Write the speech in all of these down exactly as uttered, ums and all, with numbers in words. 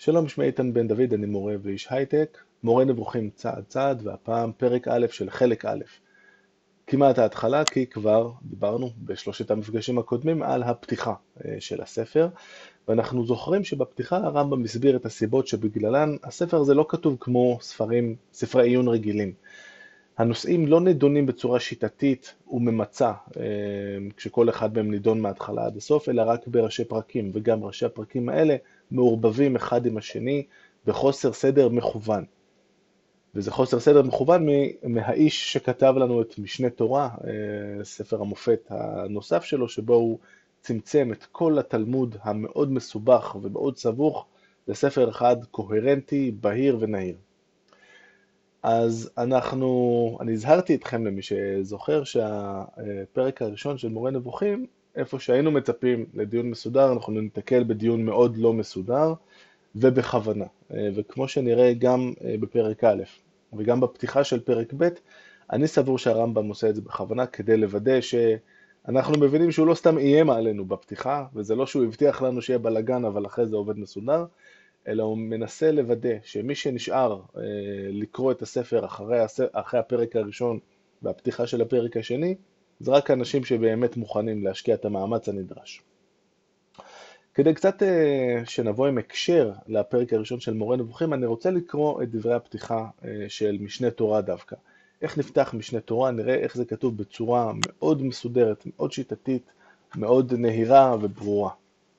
שלום, שמי איתן בן דוד, אני מורה ואיש הייטק, מורה נבוכים צעד צעד, והפעם פרק א' של חלק א'. כמעט ההתחלה, כי כבר דיברנו בשלושת המפגשים הקודמים על הפתיחה אה, של הספר, ואנחנו זוכרים שבפתיחה הרמב"ם מסביר את הסיבות שבגללן הספר הזה לא כתוב כמו ספרים, ספרי עיון רגילים. הנושאים לא נידונים בצורה שיטתית וממצה, אה, כשכל אחד מהם נידון מההתחלה עד הסוף, אלא רק בראשי פרקים, וגם ראשי הפרקים האלה מעורבבים אחד עם השני בחוסר סדר מכוון. וזה חוסר סדר מכוון מהאיש שכתב לנו את משנה תורה, אה, ספר המופת הנוסף שלו, שבו הוא צמצם את כל התלמוד המאוד מסובך ומאוד סבוך לספר אחד קוהרנטי, בהיר ונהיר. אז אנחנו, אני הזהרתי אתכם למי שזוכר שהפרק הראשון של מורה נבוכים, איפה שהיינו מצפים לדיון מסודר, אנחנו ניתקל בדיון מאוד לא מסודר ובכוונה. וכמו שנראה גם בפרק א' וגם בפתיחה של פרק ב', אני סבור שהרמב"ם עושה את זה בכוונה כדי לוודא שאנחנו מבינים שהוא לא סתם איים עלינו בפתיחה, וזה לא שהוא הבטיח לנו שיהיה בלגן אבל אחרי זה עובד מסודר, אלא הוא מנסה לוודא שמי שנשאר אה, לקרוא את הספר אחרי, אחרי הפרק הראשון והפתיחה של הפרק השני, זה רק אנשים שבאמת מוכנים להשקיע את המאמץ הנדרש. כדי קצת אה, שנבוא עם הקשר לפרק הראשון של מורה נבוכים, אני רוצה לקרוא את דברי הפתיחה אה, של משנה תורה דווקא. איך נפתח משנה תורה, נראה איך זה כתוב בצורה מאוד מסודרת, מאוד שיטתית, מאוד נהירה וברורה.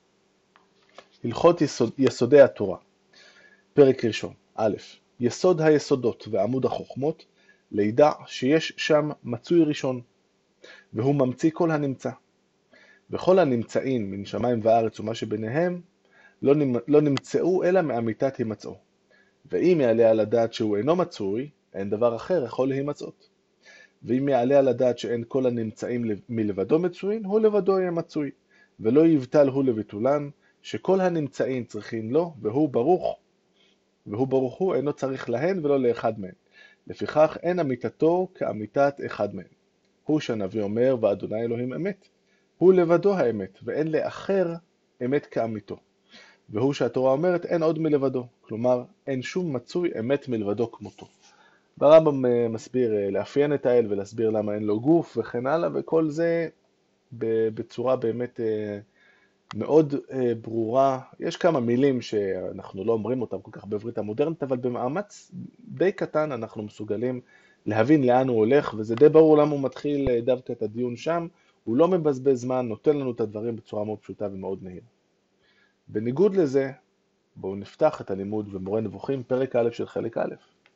הלכות יסוד, יסודי התורה. פרק ראשון, א', יסוד היסודות ועמוד החוכמות, לידע שיש שם מצוי ראשון, והוא ממציא כל הנמצא. וכל הנמצאים מן שמיים וארץ ומה שביניהם, לא, נמ, לא נמצאו אלא מאמיתת הימצאו. ואם יעלה על הדעת שהוא אינו מצוי, אין דבר אחר יכול להימצאות. ואם יעלה על הדעת שאין כל הנמצאים מלבדו מצוין, הוא לבדו יהיה מצוי, ולא יבטל הוא לביטולן, שכל הנמצאים צריכים לו, והוא ברוך, והוא ברוך הוא אינו צריך להן ולא לאחד מהם. לפיכך אין אמיתתו כאמיתת אחד מהם. הוא שהנביא אומר, ואדוני אלוהים אמת. הוא לבדו האמת, ואין לאחר אמת כאמיתו. והוא שהתורה אומרת, אין עוד מלבדו. כלומר, אין שום מצוי אמת מלבדו כמותו. והרמב"ם מסביר לאפיין את האל ולהסביר למה אין לו גוף וכן הלאה, וכל זה בצורה באמת מאוד ברורה. יש כמה מילים שאנחנו לא אומרים אותם כל כך בעברית המודרנית, אבל במאמץ די קטן אנחנו מסוגלים להבין לאן הוא הולך, וזה די ברור למה הוא מתחיל דווקא את הדיון שם. הוא לא מבזבז זמן, נותן לנו את הדברים בצורה מאוד פשוטה ומאוד נהירה. בניגוד לזה, בואו נפתח את הלימוד במורה נבוכים, פרק א' של חלק א'.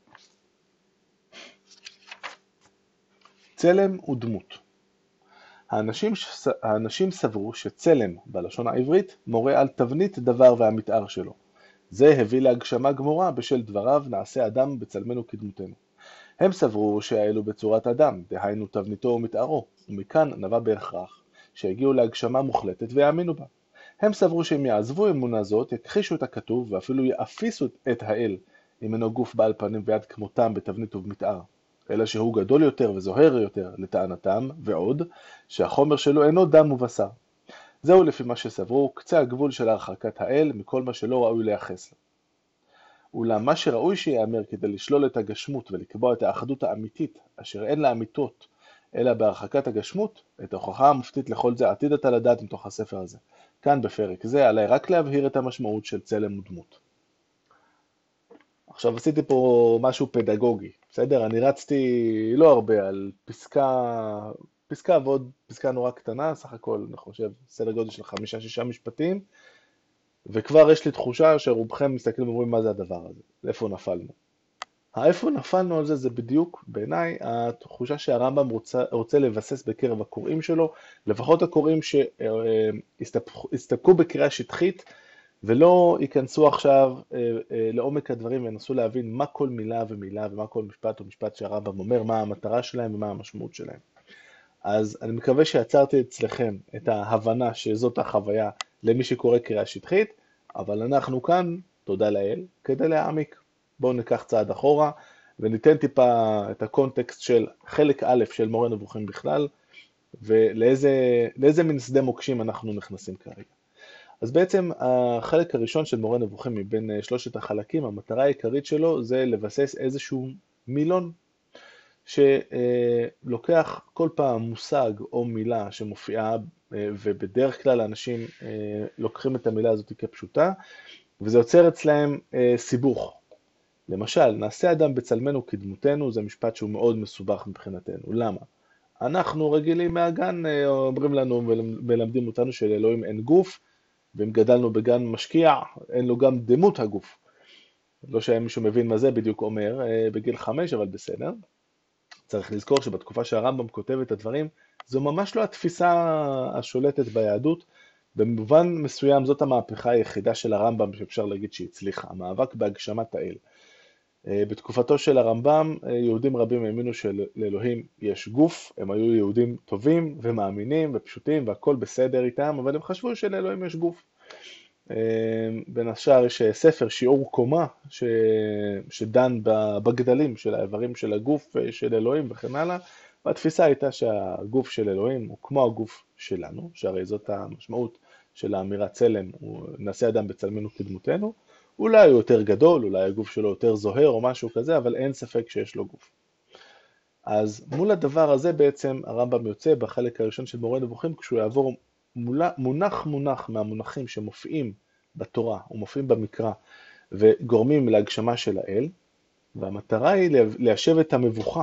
צלם ודמות. האנשים, האנשים סברו שצלם בלשון העברית מורה על תבנית דבר והמתאר שלו. זה הביא להגשמה גמורה בשל דבריו נעשה אדם בצלמנו כדמותנו. הם סברו שהאלו בצורת אדם, דהיינו תבניתו ומתארו, ומכאן נבע בהכרח שהגיעו להגשמה מוחלטת ויאמינו בה. הם סברו שהם יעזבו אמונה זאת, יכחישו את הכתוב ואפילו יאפיסו את האל, אם אינו גוף בעל פנים ויד כמותם בתבנית ובמתאר. אלא שהוא גדול יותר וזוהר יותר לטענתם, ועוד, שהחומר שלו אינו דם ובשר. זהו לפי מה שסברו, קצה הגבול של הרחקת האל מכל מה שלא ראוי לייחס לו. אולם מה שראוי שיאמר כדי לשלול את הגשמות ולקבוע את האחדות האמיתית, אשר אין לה אמיתות, אלא בהרחקת הגשמות, את ההוכחה המופתית לכל זה עתיד אתה לדעת מתוך הספר הזה. כאן בפרק זה עליי רק להבהיר את המשמעות של צלם ודמות. עכשיו עשיתי פה משהו פדגוגי, בסדר? אני רצתי לא הרבה על פסקה, פסקה ועוד פסקה נורא קטנה, סך הכל אני חושב סדר גודל של חמישה שישה משפטים, וכבר יש לי תחושה שרובכם מסתכלים ואומרים מה זה הדבר הזה, לאיפה נפלנו. האיפה נפלנו על זה זה בדיוק בעיניי התחושה שהרמב"ם רוצה, רוצה לבסס בקרב הקוראים שלו, לפחות הקוראים שהסתפקו בקריאה שטחית, ולא ייכנסו עכשיו אה, אה, לעומק הדברים וינסו להבין מה כל מילה ומילה ומה כל משפט או משפט שהרמב"ם אומר, מה המטרה שלהם ומה המשמעות שלהם. אז אני מקווה שיצרתי אצלכם את ההבנה שזאת החוויה למי שקורא קריאה שטחית, אבל אנחנו כאן, תודה לאל, כדי להעמיק. בואו ניקח צעד אחורה וניתן טיפה את הקונטקסט של חלק א' של מורה נבוכים בכלל, ולאיזה לאיזה מין שדה מוקשים אנחנו נכנסים כרגע. אז בעצם החלק הראשון של מורה נבוכים מבין שלושת החלקים, המטרה העיקרית שלו זה לבסס איזשהו מילון שלוקח כל פעם מושג או מילה שמופיעה, ובדרך כלל האנשים לוקחים את המילה הזאת כפשוטה, וזה יוצר אצלהם סיבוך. למשל, נעשה אדם בצלמנו כדמותנו, זה משפט שהוא מאוד מסובך מבחינתנו. למה? אנחנו רגילים מהגן, אומרים לנו ומלמדים אותנו שלאלוהים אין גוף, ואם גדלנו בגן משקיע, אין לו גם דמות הגוף. לא שמישהו מבין מה זה בדיוק אומר בגיל חמש, אבל בסדר. צריך לזכור שבתקופה שהרמב"ם כותב את הדברים, זו ממש לא התפיסה השולטת ביהדות. במובן מסוים זאת המהפכה היחידה של הרמב"ם שאפשר להגיד שהצליחה, המאבק בהגשמת האל. בתקופתו של הרמב"ם, יהודים רבים האמינו שלאלוהים יש גוף, הם היו יהודים טובים ומאמינים ופשוטים והכל בסדר איתם, אבל הם חשבו שלאלוהים יש גוף. בין השאר יש ספר שיעור קומה ש... שדן בגדלים של האיברים של הגוף של אלוהים וכן הלאה, והתפיסה הייתה שהגוף של אלוהים הוא כמו הגוף שלנו, שהרי זאת המשמעות של האמירת צלם, הוא נעשה אדם בצלמנו כדמותנו, אולי הוא יותר גדול, אולי הגוף שלו יותר זוהר או משהו כזה, אבל אין ספק שיש לו גוף. אז מול הדבר הזה בעצם הרמב"ם יוצא בחלק הראשון של מורה נבוכים, כשהוא יעבור מונח מונח מהמונחים שמופיעים בתורה ומופיעים במקרא וגורמים להגשמה של האל, והמטרה היא ליישב את המבוכה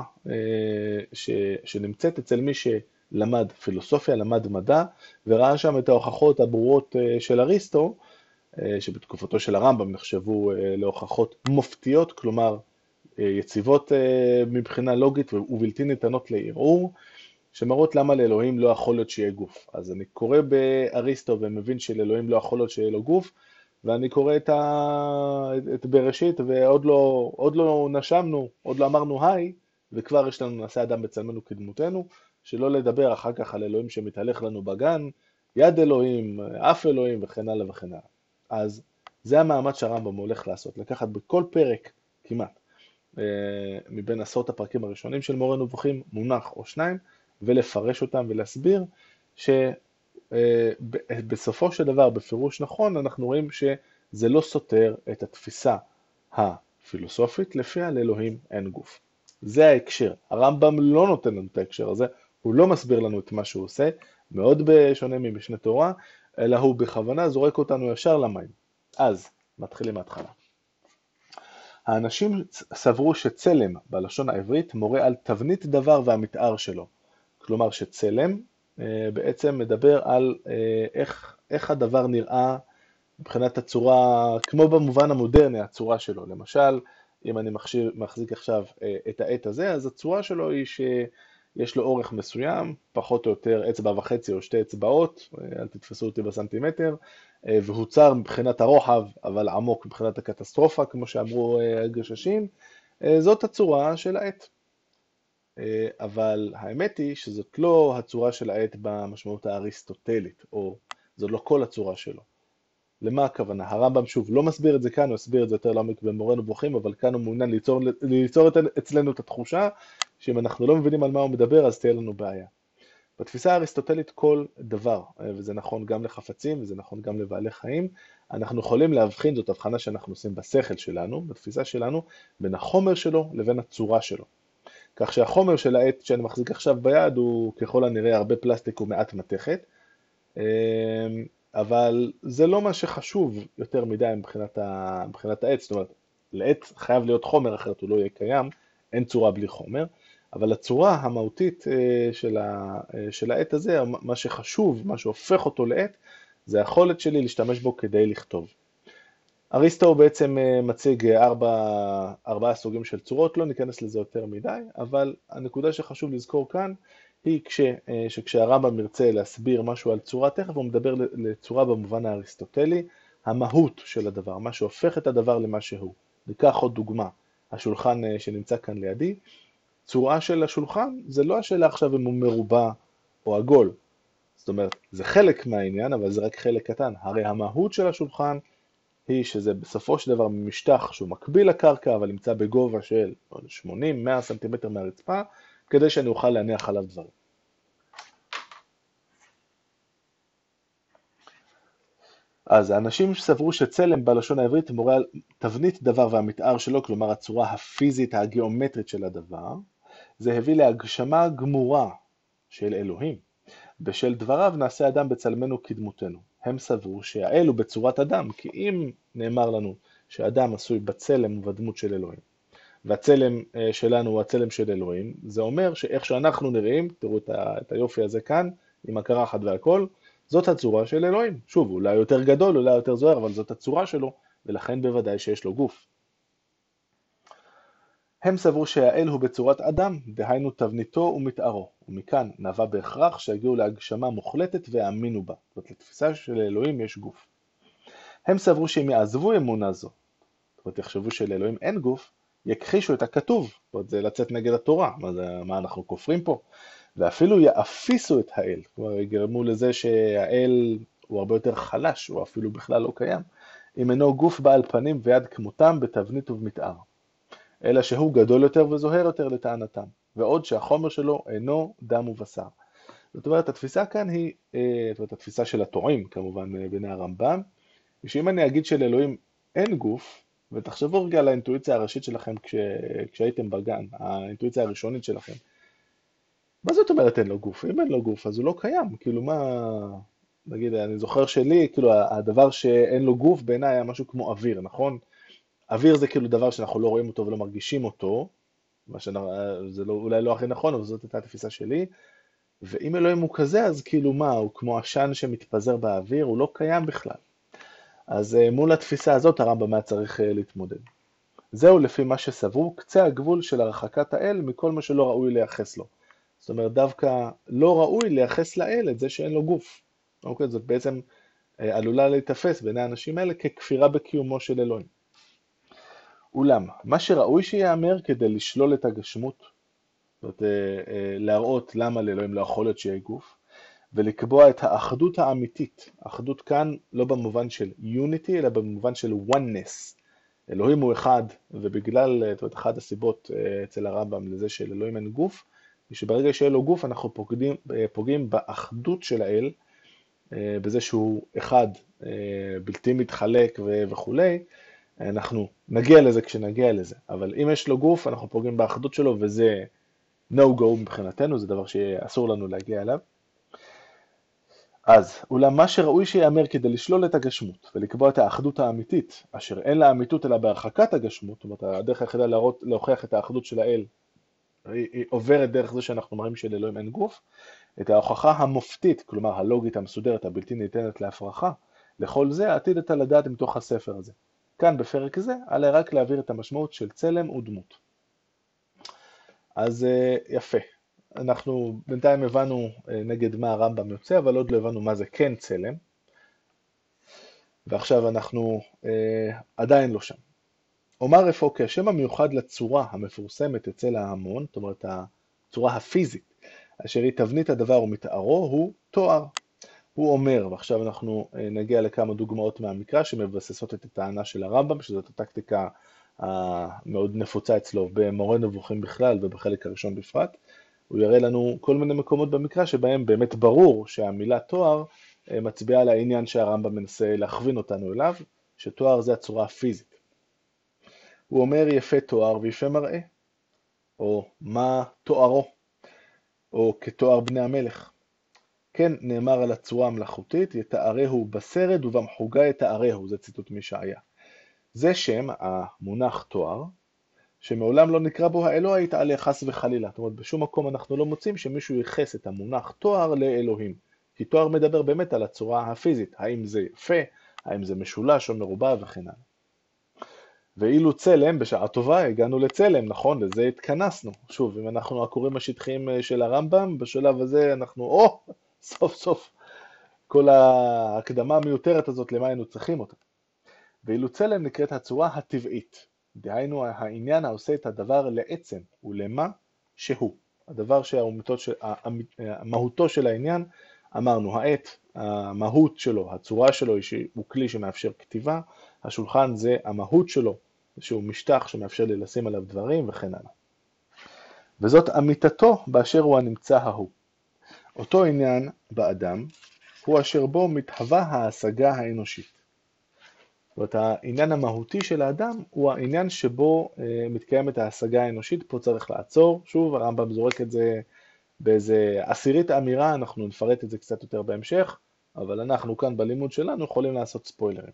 שנמצאת אצל מי שלמד פילוסופיה, למד מדע, וראה שם את ההוכחות הברורות של אריסטו, שבתקופתו של הרמב"ם נחשבו להוכחות מופתיות, כלומר יציבות מבחינה לוגית ובלתי ניתנות לערעור, שמראות למה לאלוהים לא יכול להיות שיהיה גוף. אז אני קורא באריסטו ומבין שלאלוהים לא יכול להיות שיהיה לו גוף, ואני קורא את, ה... את בראשית ועוד לא, עוד לא נשמנו, עוד לא אמרנו היי, וכבר יש לנו נעשה אדם בצלמנו כדמותנו, שלא לדבר אחר כך על אלוהים שמתהלך לנו בגן, יד אלוהים, אף אלוהים וכן הלאה וכן הלאה. אז זה המאמץ שהרמב"ם הולך לעשות, לקחת בכל פרק כמעט, מבין עשרות הפרקים הראשונים של מורה נבוכים, מונח או שניים, ולפרש אותם ולהסביר שבסופו של דבר, בפירוש נכון, אנחנו רואים שזה לא סותר את התפיסה הפילוסופית, לפיה לאלוהים אין גוף. זה ההקשר. הרמב"ם לא נותן לנו את ההקשר הזה, הוא לא מסביר לנו את מה שהוא עושה, מאוד בשונה ממשנה תורה, אלא הוא בכוונה זורק אותנו ישר למים. אז, מתחילים מההתחלה. האנשים סברו שצלם, בלשון העברית, מורה על תבנית דבר והמתאר שלו. כלומר שצלם בעצם מדבר על איך, איך הדבר נראה מבחינת הצורה, כמו במובן המודרני, הצורה שלו. למשל, אם אני מחשיר, מחזיק עכשיו את העט הזה, אז הצורה שלו היא שיש לו אורך מסוים, פחות או יותר אצבע וחצי או שתי אצבעות, אל תתפסו אותי בסנטימטר, והוא צר מבחינת הרוחב, אבל עמוק מבחינת הקטסטרופה, כמו שאמרו הגששים, זאת הצורה של העט. אבל האמת היא שזאת לא הצורה של העט במשמעות האריסטוטלית, או זאת לא כל הצורה שלו. למה הכוונה? הרמב"ם שוב לא מסביר את זה כאן, הוא הסביר את זה יותר לעומק במורה נבוכים, אבל כאן הוא מעוניין ליצור, ליצור אצלנו את התחושה, שאם אנחנו לא מבינים על מה הוא מדבר, אז תהיה לנו בעיה. בתפיסה האריסטוטלית כל דבר, וזה נכון גם לחפצים, וזה נכון גם לבעלי חיים, אנחנו יכולים להבחין, זאת הבחנה שאנחנו עושים בשכל שלנו, בתפיסה שלנו, בין החומר שלו לבין הצורה שלו. כך שהחומר של העט שאני מחזיק עכשיו ביד הוא ככל הנראה הרבה פלסטיק ומעט מתכת, אבל זה לא מה שחשוב יותר מדי מבחינת, ה... מבחינת העט, זאת אומרת, לעט חייב להיות חומר אחרת הוא לא יהיה קיים, אין צורה בלי חומר, אבל הצורה המהותית של, ה... של העט הזה, מה שחשוב, מה שהופך אותו לעט, זה היכולת שלי להשתמש בו כדי לכתוב. אריסטו בעצם מציג ארבע, ארבעה סוגים של צורות, לא ניכנס לזה יותר מדי, אבל הנקודה שחשוב לזכור כאן היא כש, שכשהרמב"ם ירצה להסביר משהו על צורה, תכף הוא מדבר לצורה במובן האריסטוטלי, המהות של הדבר, מה שהופך את הדבר למה שהוא. ניקח עוד דוגמה, השולחן שנמצא כאן לידי, צורה של השולחן זה לא השאלה עכשיו אם הוא מרובע או עגול, זאת אומרת, זה חלק מהעניין, אבל זה רק חלק קטן, הרי המהות של השולחן היא שזה בסופו של דבר משטח שהוא מקביל לקרקע, אבל נמצא בגובה של שמונים מאה סנטימטר מהרצפה, כדי שאני אוכל להניח עליו דברים. אז האנשים סברו שצלם בלשון העברית מורה על תבנית דבר והמתאר שלו, כלומר הצורה הפיזית הגיאומטרית של הדבר, זה הביא להגשמה גמורה של אלוהים. בשל דבריו נעשה אדם בצלמנו כדמותנו. הם סברו שהאל הוא בצורת אדם, כי אם נאמר לנו שאדם עשוי בצלם ובדמות של אלוהים, והצלם שלנו הוא הצלם של אלוהים, זה אומר שאיך שאנחנו נראים, תראו את היופי הזה כאן, עם הקרחת והכל, זאת הצורה של אלוהים. שוב, אולי יותר גדול, אולי יותר זוהר, אבל זאת הצורה שלו, ולכן בוודאי שיש לו גוף. הם סברו שהאל הוא בצורת אדם, דהיינו תבניתו ומתארו, ומכאן נבע בהכרח שהגיעו להגשמה מוחלטת והאמינו בה. זאת לתפיסה של אלוהים יש גוף. הם סברו שהם יעזבו אמונה זו, זאת אומרת, יחשבו שלאלוהים אין גוף, יכחישו את הכתוב, זאת אומרת, זה לצאת נגד התורה, מה, זה, מה אנחנו כופרים פה, ואפילו יאפיסו את האל, כלומר, יגרמו לזה שהאל הוא הרבה יותר חלש, הוא אפילו בכלל לא קיים, אם אינו גוף בעל פנים ויד כמותם בתבנית ובמתאר, אלא שהוא גדול יותר וזוהר יותר לטענתם, ועוד שהחומר שלו אינו דם ובשר. זאת אומרת, התפיסה כאן היא, זאת אומרת, התפיסה של התועים, כמובן, ביני הרמב"ם, שאם אני אגיד שלאלוהים אין גוף, ותחשבו רגע על האינטואיציה הראשית שלכם כש... כשהייתם בגן, האינטואיציה הראשונית שלכם. מה זאת אומרת אין לו גוף? אם אין לו גוף, אז הוא לא קיים. כאילו מה, נגיד, אני זוכר שלי, כאילו הדבר שאין לו גוף בעיניי היה משהו כמו אוויר, נכון? אוויר זה כאילו דבר שאנחנו לא רואים אותו ולא מרגישים אותו, מה שזה לא, אולי לא הכי נכון, אבל זאת הייתה התפיסה שלי. ואם אלוהים הוא כזה, אז כאילו מה, הוא כמו עשן שמתפזר באוויר, הוא לא קיים בכלל. אז מול התפיסה הזאת הרמב"ם היה צריך להתמודד. זהו לפי מה שסברו קצה הגבול של הרחקת האל מכל מה שלא ראוי לייחס לו. זאת אומרת, דווקא לא ראוי לייחס לאל את זה שאין לו גוף. אוקיי, זאת בעצם עלולה להתאפס בין האנשים האלה ככפירה בקיומו של אלוהים. אולם, מה שראוי שיאמר כדי לשלול את הגשמות, זאת אומרת, להראות למה לאלוהים לא יכול להיות שיהיה גוף, ולקבוע את האחדות האמיתית. האחדות כאן לא במובן של unity, אלא במובן של oneness. אלוהים הוא אחד, ובגלל, זאת אומרת, אחת הסיבות אצל הרמב"ם לזה של אלוהים אין גוף, היא שברגע שיהיה לו גוף אנחנו פוגעים, פוגעים באחדות של האל, בזה שהוא אחד, בלתי מתחלק וכו'. אנחנו נגיע לזה כשנגיע לזה, אבל אם יש לו גוף אנחנו פוגעים באחדות שלו, וזה no go מבחינתנו, זה דבר שאסור לנו להגיע אליו. אז, אולם מה שראוי שיאמר כדי לשלול את הגשמות ולקבוע את האחדות האמיתית, אשר אין לה אמיתות אלא בהרחקת הגשמות, זאת אומרת, הדרך היחידה להוכיח את האחדות של האל, היא, היא עוברת דרך זה שאנחנו מראים שלאלוהים אין גוף, את ההוכחה המופתית, כלומר הלוגית המסודרת, הבלתי ניתנת להפרחה, לכל זה עתיד את לדעת מתוך הספר הזה. כאן בפרק זה, עלי רק להעביר את המשמעות של צלם ודמות. אז יפה. אנחנו בינתיים הבנו נגד מה הרמב"ם יוצא, אבל עוד לא הבנו מה זה כן צלם. ועכשיו אנחנו אה, עדיין לא שם. אומר אפוא כי השם המיוחד לצורה המפורסמת אצל ההמון, זאת אומרת הצורה הפיזית, אשר היא תבנית הדבר ומתארו, הוא תואר. הוא אומר, ועכשיו אנחנו נגיע לכמה דוגמאות מהמקרא שמבססות את הטענה של הרמב"ם, שזאת הטקטיקה המאוד נפוצה אצלו במורה נבוכים בכלל ובחלק הראשון בפרט. הוא יראה לנו כל מיני מקומות במקרא שבהם באמת ברור שהמילה תואר מצביעה על העניין שהרמב"ם מנסה להכווין אותנו אליו, שתואר זה הצורה הפיזית. הוא אומר יפה תואר ויפה מראה, או מה תוארו, או כתואר בני המלך. כן נאמר על הצורה המלאכותית, יתארהו בסרד ובמחוגה יתארהו, זה ציטוט מישעיה. זה שם המונח תואר, שמעולם לא נקרא בו האלוה יתעלה חס וחלילה. זאת אומרת, בשום מקום אנחנו לא מוצאים שמישהו ייחס את המונח תואר לאלוהים. כי תואר מדבר באמת על הצורה הפיזית, האם זה יפה, האם זה משולש או מרובע וכן הלאה. ואילו צלם, בשעה טובה הגענו לצלם, נכון, לזה התכנסנו. שוב, אם אנחנו הקוראים השטחיים של הרמב"ם, בשלב הזה אנחנו, או, סוף סוף, כל ההקדמה המיותרת הזאת, למה היינו צריכים אותה. ואילו צלם נקראת הצורה הטבעית, דהיינו העניין העושה את הדבר לעצם ולמה שהוא. הדבר שהמהותו של העניין, אמרנו, העט, המהות שלו, הצורה שלו הוא כלי שמאפשר כתיבה, השולחן זה המהות שלו, שהוא משטח שמאפשר לי לשים עליו דברים וכן הלאה. וזאת אמיתתו באשר הוא הנמצא ההוא. אותו עניין באדם הוא אשר בו מתהווה ההשגה האנושית. זאת אומרת, העניין המהותי של האדם הוא העניין שבו אה, מתקיימת ההשגה האנושית, פה צריך לעצור. שוב, הרמב"ם זורק את זה באיזה עשירית אמירה, אנחנו נפרט את זה קצת יותר בהמשך, אבל אנחנו כאן בלימוד שלנו יכולים לעשות ספוילרים.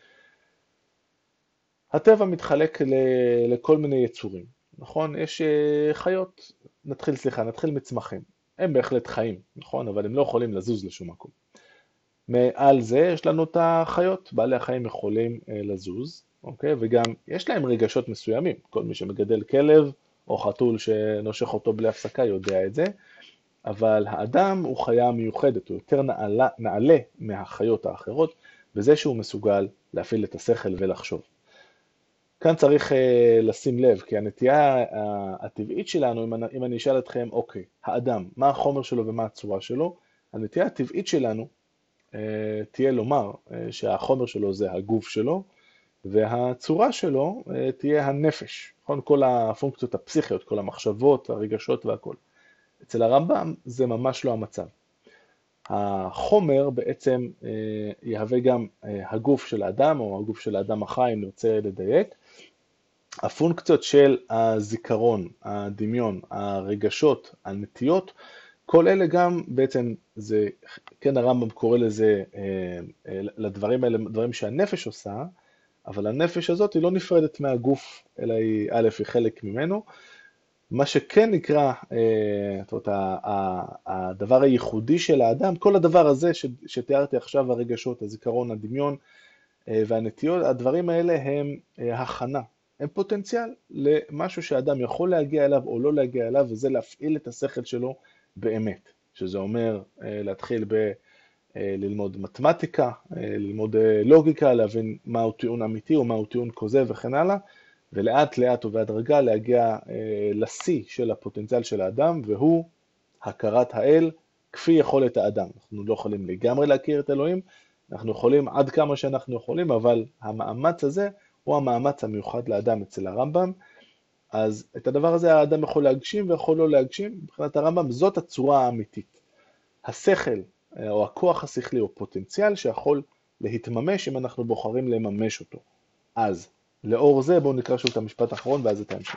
הטבע מתחלק ל- לכל מיני יצורים, נכון? יש אה, חיות, נתחיל, סליחה, נתחיל מצמחים. הם בהחלט חיים, נכון? אבל הם לא יכולים לזוז לשום מקום. מעל זה יש לנו את החיות, בעלי החיים יכולים אה, לזוז, אוקיי? וגם יש להם רגשות מסוימים. כל מי שמגדל כלב או חתול שנושך אותו בלי הפסקה יודע את זה, אבל האדם הוא חיה מיוחדת, הוא יותר נעלה, נעלה מהחיות האחרות, בזה שהוא מסוגל להפעיל את השכל ולחשוב. כאן צריך uh, לשים לב, כי הנטייה uh, הטבעית שלנו, אם אני, אם אני אשאל אתכם, אוקיי, האדם, מה החומר שלו ומה הצורה שלו, הנטייה הטבעית שלנו uh, תהיה לומר uh, שהחומר שלו זה הגוף שלו, והצורה שלו uh, תהיה הנפש, נכון? כל הפונקציות הפסיכיות, כל המחשבות, הרגשות והכל. אצל הרמב"ם זה ממש לא המצב. החומר בעצם uh, יהווה גם uh, הגוף של האדם, או הגוף של האדם החי, אם נרצה לדייק, הפונקציות של הזיכרון, הדמיון, הרגשות, הנטיות, כל אלה גם בעצם זה, כן הרמב"ם קורא לזה, לדברים האלה, דברים שהנפש עושה, אבל הנפש הזאת היא לא נפרדת מהגוף, אלא היא א', היא חלק ממנו. מה שכן נקרא, זאת אומרת, הדבר הייחודי של האדם, כל הדבר הזה שתיארתי עכשיו, הרגשות, הזיכרון, הדמיון והנטיות, הדברים האלה הם הכנה. הם פוטנציאל למשהו שאדם יכול להגיע אליו או לא להגיע אליו, וזה להפעיל את השכל שלו באמת, שזה אומר להתחיל ב... ללמוד מתמטיקה, ללמוד לוגיקה, להבין מהו טיעון אמיתי או מהו טיעון כוזב וכן הלאה, ולאט לאט ובהדרגה להגיע לשיא של הפוטנציאל של האדם, והוא הכרת האל כפי יכולת האדם. אנחנו לא יכולים לגמרי להכיר את אלוהים, אנחנו יכולים עד כמה שאנחנו יכולים, אבל המאמץ הזה הוא המאמץ המיוחד לאדם אצל הרמב"ם. אז את הדבר הזה האדם יכול להגשים ויכול לא להגשים. מבחינת הרמב"ם זאת הצורה האמיתית. השכל או הכוח השכלי הוא פוטנציאל שיכול להתממש אם אנחנו בוחרים לממש אותו. אז לאור זה בואו נקרא שוב את המשפט האחרון ואז את ההמשך.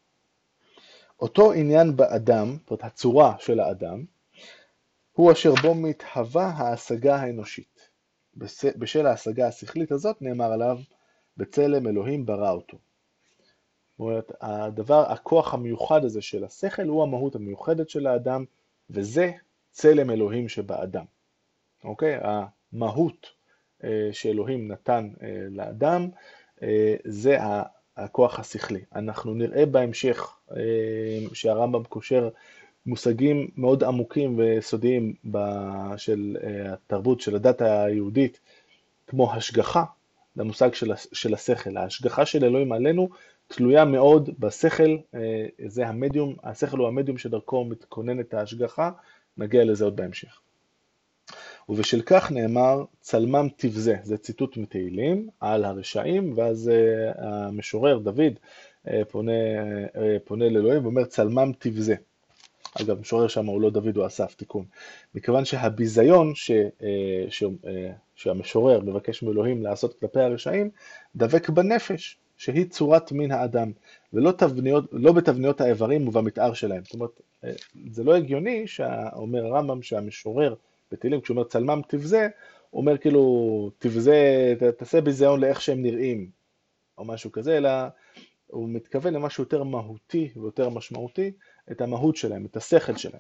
אותו עניין באדם, זאת אומרת הצורה של האדם, הוא אשר בו מתהווה ההשגה האנושית. בשל ההשגה השכלית הזאת נאמר עליו, בצלם אלוהים ברא אותו. זאת אומרת, הדבר, הכוח המיוחד הזה של השכל הוא המהות המיוחדת של האדם, וזה צלם אלוהים שבאדם. אוקיי? המהות שאלוהים נתן לאדם, זה הכוח השכלי. אנחנו נראה בהמשך שהרמב"ם קושר מושגים מאוד עמוקים וסודיים של התרבות, של הדת היהודית, כמו השגחה, למושג של, של השכל. ההשגחה של אלוהים עלינו תלויה מאוד בשכל, זה המדיום, השכל הוא המדיום שדרכו מתכוננת ההשגחה, נגיע לזה עוד בהמשך. ובשל כך נאמר, צלמם תבזה, זה ציטוט מתהילים על הרשעים, ואז המשורר דוד פונה, פונה לאלוהים ואומר, צלמם תבזה. אגב, משורר שם הוא לא דוד, הוא אסף, תיקון. מכיוון שהביזיון ש, ש, שהמשורר מבקש מאלוהים לעשות כלפי הרשעים, דבק בנפש, שהיא צורת מין האדם, ולא תבניות, לא בתבניות האיברים ובמתאר שלהם. זאת אומרת, זה לא הגיוני שאומר הרמב"ם שהמשורר בתהילים, כשהוא אומר צלמם תבזה, הוא אומר כאילו, תבזה, תעשה ביזיון לאיך שהם נראים, או משהו כזה, אלא הוא מתכוון למשהו יותר מהותי ויותר משמעותי, את המהות שלהם, את השכל שלהם.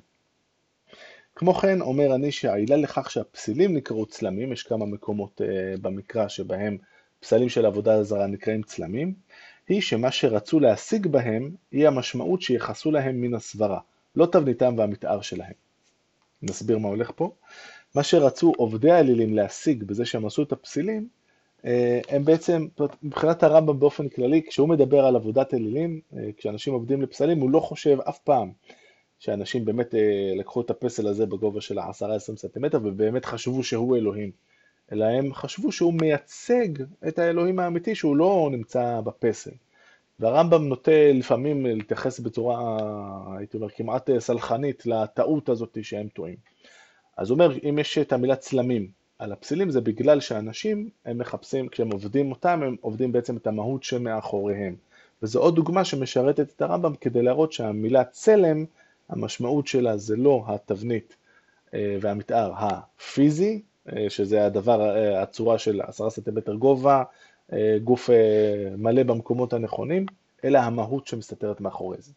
כמו כן אומר אני שהעילה לכך שהפסילים נקראו צלמים, יש כמה מקומות uh, במקרא שבהם פסלים של עבודה זרה נקראים צלמים, היא שמה שרצו להשיג בהם היא המשמעות שיחסו להם מן הסברה, לא תבניתם והמתאר שלהם. נסביר מה הולך פה. מה שרצו עובדי האלילים להשיג בזה שהם עשו את הפסילים, הם בעצם, מבחינת הרמב"ם באופן כללי, כשהוא מדבר על עבודת אלילים, כשאנשים עובדים לפסלים, הוא לא חושב אף פעם שאנשים באמת לקחו את הפסל הזה בגובה של עשרה עשרים סנטימטר, ובאמת חשבו שהוא אלוהים, אלא הם חשבו שהוא מייצג את האלוהים האמיתי, שהוא לא נמצא בפסל. והרמב"ם נוטה לפעמים להתייחס בצורה, הייתי אומר, כמעט סלחנית לטעות הזאת שהם טועים. אז הוא אומר, אם יש את המילה צלמים, על הפסילים זה בגלל שאנשים הם מחפשים, כשהם עובדים אותם, הם עובדים בעצם את המהות שמאחוריהם. וזו עוד דוגמה שמשרתת את הרמב"ם כדי להראות שהמילה צלם, המשמעות שלה זה לא התבנית והמתאר הפיזי, שזה הדבר, הצורה של עשרה סנטימטר גובה, גוף מלא במקומות הנכונים, אלא המהות שמסתתרת מאחורי זה.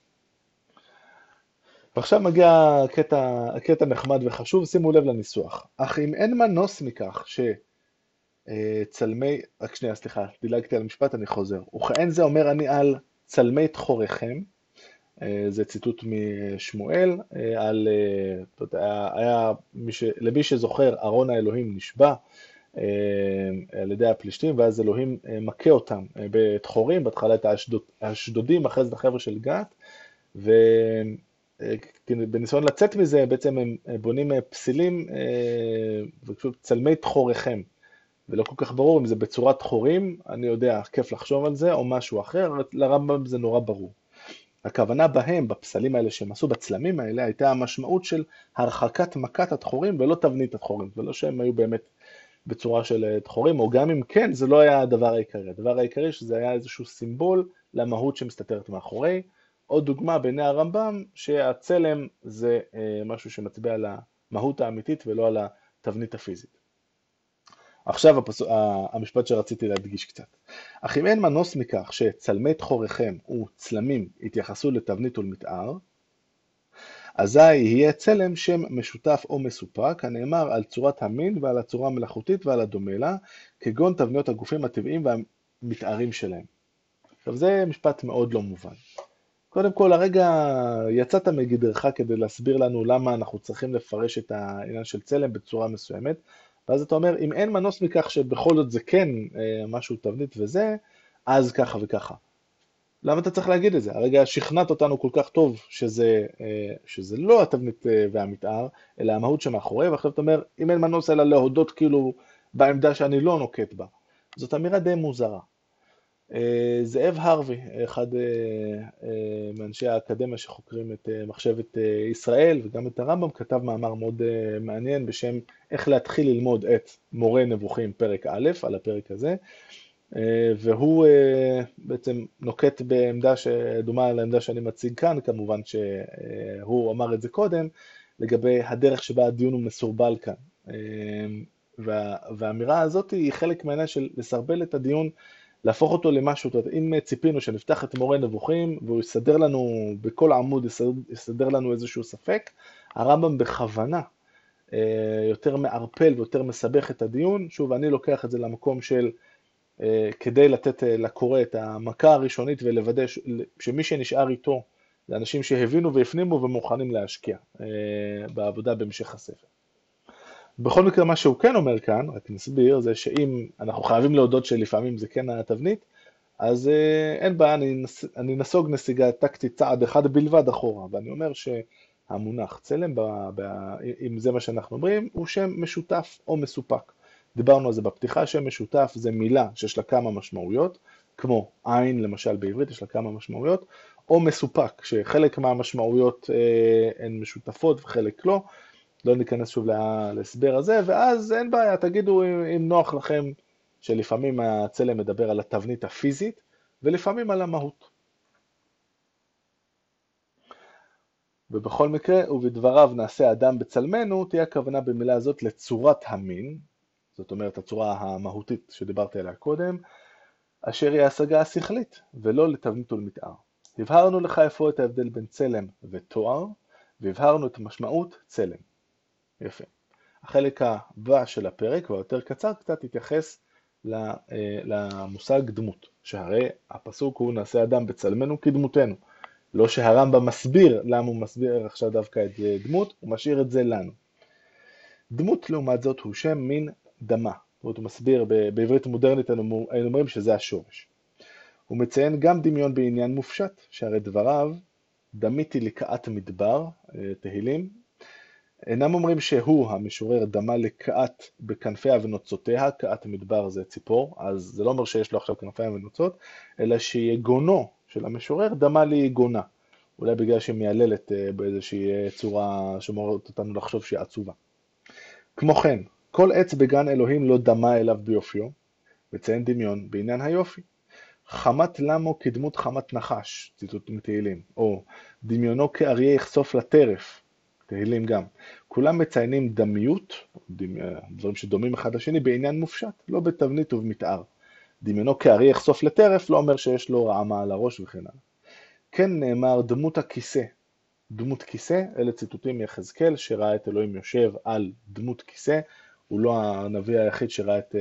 ועכשיו מגיע הקטע, הקטע נחמד וחשוב, שימו לב לניסוח. אך אם אין מנוס מכך שצלמי, רק שנייה, סליחה, דילגתי על המשפט, אני חוזר. וכאין זה אומר אני על צלמי תחוריכם, זה ציטוט משמואל, על, אתה יודע, היה, ש, למי שזוכר, ארון האלוהים נשבע על ידי הפלישתים, ואז אלוהים מכה אותם בתחורים, בהתחלה את האשדוד, האשדודים, אחרי זה החבר'ה של גת, ו... בניסיון לצאת מזה, בעצם הם בונים פסילים צלמי תחוריכם, ולא כל כך ברור אם זה בצורת תחורים, אני יודע, כיף לחשוב על זה, או משהו אחר, לרמב"ם זה נורא ברור. הכוונה בהם, בפסלים האלה שהם עשו, בצלמים האלה, הייתה המשמעות של הרחקת מכת התחורים, ולא תבנית התחורים, ולא שהם היו באמת בצורה של תחורים, או גם אם כן, זה לא היה הדבר העיקרי. הדבר העיקרי שזה היה איזשהו סימבול למהות שמסתתרת מאחורי. עוד דוגמה בעיני הרמב"ם, שהצלם זה משהו שמצביע על המהות האמיתית ולא על התבנית הפיזית. עכשיו הפס... המשפט שרציתי להדגיש קצת. אך אם אין מנוס מכך שצלמי תחוריכם וצלמים יתייחסו לתבנית ולמתאר, אזי יהיה צלם שם משותף או מסופק, הנאמר על צורת המין ועל הצורה המלאכותית ועל הדומה לה, כגון תבניות הגופים הטבעיים והמתארים שלהם. עכשיו זה משפט מאוד לא מובן. קודם כל, הרגע יצאת מגדרך כדי להסביר לנו למה אנחנו צריכים לפרש את העניין של צלם בצורה מסוימת, ואז אתה אומר, אם אין מנוס מכך שבכל זאת זה כן משהו תבנית וזה, אז ככה וככה. למה אתה צריך להגיד את זה? הרגע שכנעת אותנו כל כך טוב שזה, שזה לא התבנית והמתאר, אלא המהות שמאחורי, ואחרי אתה אומר, אם אין מנוס אלא להודות כאילו בעמדה שאני לא נוקט בה. זאת אמירה די מוזרה. זאב הרווי, אחד מאנשי האקדמיה שחוקרים את מחשבת ישראל וגם את הרמב"ם, כתב מאמר מאוד מעניין בשם איך להתחיל ללמוד את מורה נבוכים פרק א', על הפרק הזה, והוא בעצם נוקט בעמדה שדומה לעמדה שאני מציג כאן, כמובן שהוא אמר את זה קודם, לגבי הדרך שבה הדיון הוא מסורבל כאן. והאמירה הזאת היא חלק מהעניין של לסרבל את הדיון, להפוך אותו למשהו. אם ציפינו שנפתח את מורה נבוכים והוא יסדר לנו בכל עמוד, יסדר, יסדר לנו איזשהו ספק, הרמב"ם בכוונה יותר מערפל ויותר מסבך את הדיון. שוב, אני לוקח את זה למקום של כדי לתת לקורא את המכה הראשונית ולוודא שמי שנשאר איתו זה אנשים שהבינו והפנימו ומוכנים להשקיע בעבודה בהמשך הספר. בכל מקרה, מה שהוא כן אומר כאן, רק נסביר, זה שאם אנחנו חייבים להודות שלפעמים זה כן התבנית, אז אין בעיה, אני, נס, אני נסוג נסיגה טקטית צעד אחד בלבד אחורה, ואני אומר שהמונח צלם, ב, ב, אם זה מה שאנחנו אומרים, הוא שם משותף או מסופק. דיברנו על זה בפתיחה, שם משותף זה מילה שיש לה כמה משמעויות, כמו עין למשל בעברית יש לה כמה משמעויות, או מסופק, שחלק מהמשמעויות אה, הן משותפות וחלק לא, לא ניכנס שוב להסבר הזה, ואז אין בעיה, תגידו אם נוח לכם שלפעמים הצלם מדבר על התבנית הפיזית, ולפעמים על המהות. ובכל מקרה, ובדבריו נעשה אדם בצלמנו, תהיה הכוונה במילה הזאת לצורת המין, זאת אומרת הצורה המהותית שדיברתי עליה קודם, אשר היא ההשגה השכלית, ולא לתבנית ולמתאר. הבהרנו לך איפה את ההבדל בין צלם ותואר, והבהרנו את המשמעות צלם. יפה. החלק הבא של הפרק, והיותר קצר, קצת התייחס למושג דמות, שהרי הפסוק הוא נעשה אדם בצלמנו כדמותנו. לא שהרמב"ם מסביר למה הוא מסביר עכשיו דווקא את דמות, הוא משאיר את זה לנו. דמות לעומת זאת הוא שם מין דמה. זאת אומרת, הוא מסביר בעברית מודרנית, היינו אומרים שזה השורש. הוא מציין גם דמיון בעניין מופשט, שהרי דבריו, דמיתי לקעת מדבר, תהילים, אינם אומרים שהוא המשורר דמה לקעת בכנפיה ונוצותיה, קעת מדבר זה ציפור, אז זה לא אומר שיש לו עכשיו כנפיים ונוצות, אלא שיגונו של המשורר דמה ליגונה, אולי בגלל שהיא מייללת באיזושהי צורה שמורת אותנו לחשוב שהיא עצובה. כמו כן, כל עץ בגן אלוהים לא דמה אליו ביופיו, מציין דמיון בעניין היופי. חמת למו כדמות חמת נחש, ציטוט מתהילים, או דמיונו כאריה יחשוף לטרף, תהילים גם. כולם מציינים דמיות, דברים שדומים אחד לשני, בעניין מופשט, לא בתבנית ובמתאר. דמיונו כאריה יחשוף לטרף לא אומר שיש לו רעמה על הראש וכן הלאה. כן נאמר דמות הכיסא, דמות כיסא, אלה ציטוטים מיחזקאל שראה את אלוהים יושב על דמות כיסא, הוא לא הנביא היחיד שראה את,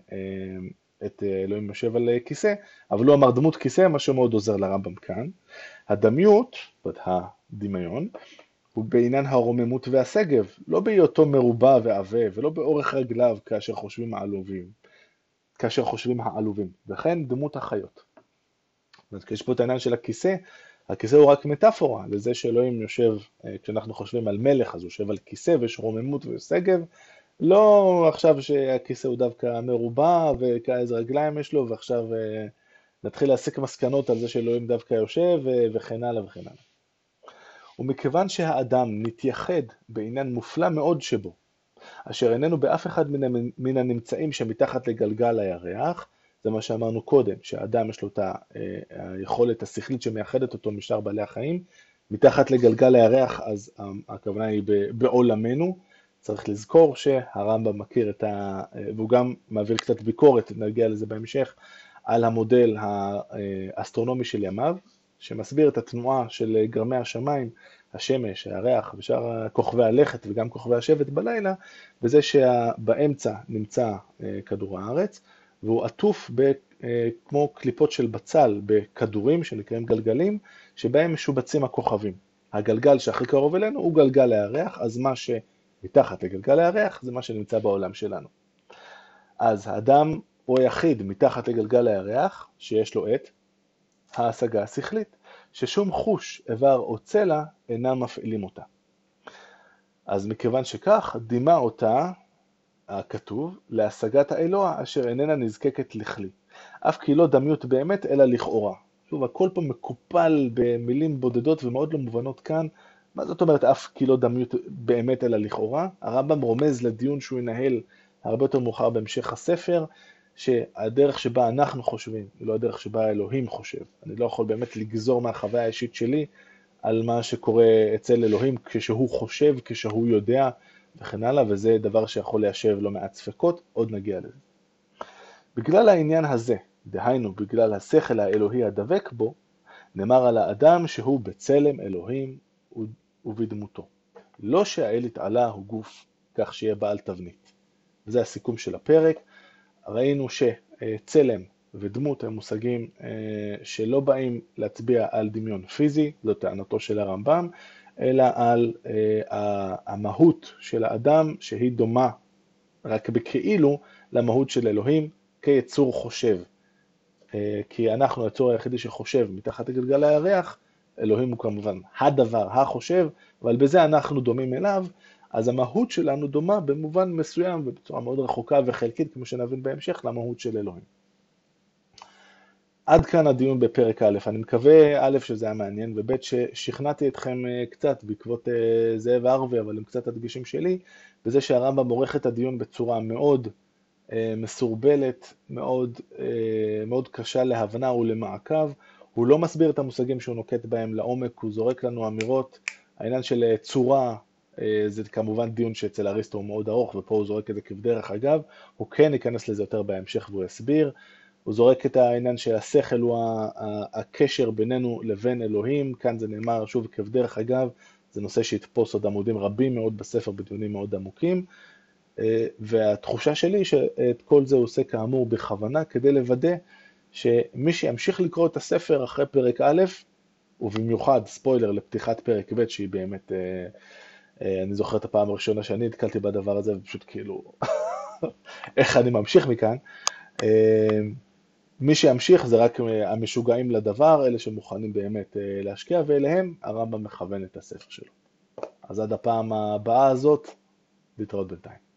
את אלוהים יושב על כיסא, אבל הוא אמר דמות כיסא, מה שמאוד עוזר לרמב"ם כאן. הדמיות, הדמיון, הוא בעניין הרוממות והסגב, לא בהיותו מרובע ועבה, ולא באורך רגליו כאשר חושבים העלובים, כאשר חושבים העלובים, וכן דמות החיות. יש פה את העניין של הכיסא, הכיסא הוא רק מטאפורה לזה שאלוהים יושב, כשאנחנו חושבים על מלך, אז הוא יושב על כיסא ויש רוממות וסגב, לא עכשיו שהכיסא הוא דווקא מרובע וכאיזה רגליים יש לו, ועכשיו נתחיל להסיק מסקנות על זה שאלוהים דווקא יושב וכן הלאה וכן הלאה. ומכיוון שהאדם נתייחד בעניין מופלא מאוד שבו, אשר איננו באף אחד מן הנמצאים שמתחת לגלגל הירח, זה מה שאמרנו קודם, שהאדם יש לו את היכולת השכלית שמייחדת אותו משאר בעלי החיים, מתחת לגלגל הירח, אז הכוונה היא בעולמנו, צריך לזכור שהרמב"ם מכיר את ה... והוא גם מעביר קצת ביקורת, נגיע לזה בהמשך, על המודל האסטרונומי של ימיו, שמסביר את התנועה של גרמי השמיים, השמש, הירח ושאר כוכבי הלכת וגם כוכבי השבט בלילה, וזה שבאמצע נמצא כדור הארץ, והוא עטוף ב, כמו קליפות של בצל בכדורים שנקראים גלגלים, שבהם משובצים הכוכבים. הגלגל שהכי קרוב אלינו הוא גלגל הירח, אז מה שמתחת לגלגל הירח זה מה שנמצא בעולם שלנו. אז האדם הוא היחיד מתחת לגלגל הירח שיש לו את ההשגה השכלית, ששום חוש, איבר או צלע אינם מפעילים אותה. אז מכיוון שכך, דימה אותה הכתוב להשגת האלוה אשר איננה נזקקת לכלי. אף כי לא דמיות באמת אלא לכאורה. שוב, הכל פה מקופל במילים בודדות ומאוד לא מובנות כאן. מה זאת אומרת אף כי לא דמיות באמת אלא לכאורה? הרמב"ם רומז לדיון שהוא ינהל הרבה יותר מאוחר בהמשך הספר, שהדרך שבה אנחנו חושבים, היא לא הדרך שבה האלוהים חושב. אני לא יכול באמת לגזור מהחוויה האישית שלי על מה שקורה אצל אלוהים כשהוא חושב, כשהוא יודע וכן הלאה, וזה דבר שיכול ליישב לא מעט ספקות, עוד נגיע לזה. בגלל העניין הזה, דהיינו בגלל השכל האלוהי הדבק בו, נאמר על האדם שהוא בצלם אלוהים ובדמותו. לא שהאל התעלה הוא גוף, כך שיהיה בעל תבנית. וזה הסיכום של הפרק. ראינו שצלם ודמות הם מושגים שלא באים להצביע על דמיון פיזי, זו טענתו של הרמב"ם, אלא על המהות של האדם שהיא דומה רק בכאילו למהות של אלוהים כיצור חושב. כי אנחנו היצור היחידי שחושב מתחת לגלגל הירח, אלוהים הוא כמובן הדבר, החושב, אבל בזה אנחנו דומים אליו, אז המהות שלנו דומה במובן מסוים ובצורה מאוד רחוקה וחלקית, כמו שנבין בהמשך, למהות של אלוהים. עד כאן הדיון בפרק א', אני מקווה א' שזה היה מעניין, וב' ששכנעתי אתכם קצת בעקבות זאב ארווי, אבל עם קצת הדגישים שלי, בזה שהרמב"ם עורך את הדיון בצורה מאוד מסורבלת, מאוד, מאוד קשה להבנה ולמעקב, הוא לא מסביר את המושגים שהוא נוקט בהם לעומק, הוא זורק לנו אמירות, העניין של צורה, זה כמובן דיון שאצל אריסטו הוא מאוד ארוך, ופה הוא זורק את זה כבדרך אגב, הוא כן ייכנס לזה יותר בהמשך והוא יסביר, הוא זורק את העניין שהשכל הוא הקשר בינינו לבין אלוהים, כאן זה נאמר שוב כבדרך אגב, זה נושא שהתפוס עוד עמודים רבים מאוד בספר בדיונים מאוד עמוקים, והתחושה שלי שאת כל זה הוא עושה כאמור בכוונה, כדי לוודא שמי שימשיך לקרוא את הספר אחרי פרק א', ובמיוחד ספוילר לפתיחת פרק ב' שהיא באמת, אני זוכר את הפעם הראשונה שאני התקלתי בדבר הזה, ופשוט כאילו, איך אני ממשיך מכאן, מי שימשיך זה רק המשוגעים לדבר, אלה שמוכנים באמת להשקיע, ואליהם הרמב"ם מכוון את הספר שלו. אז עד הפעם הבאה הזאת, להתראות בינתיים.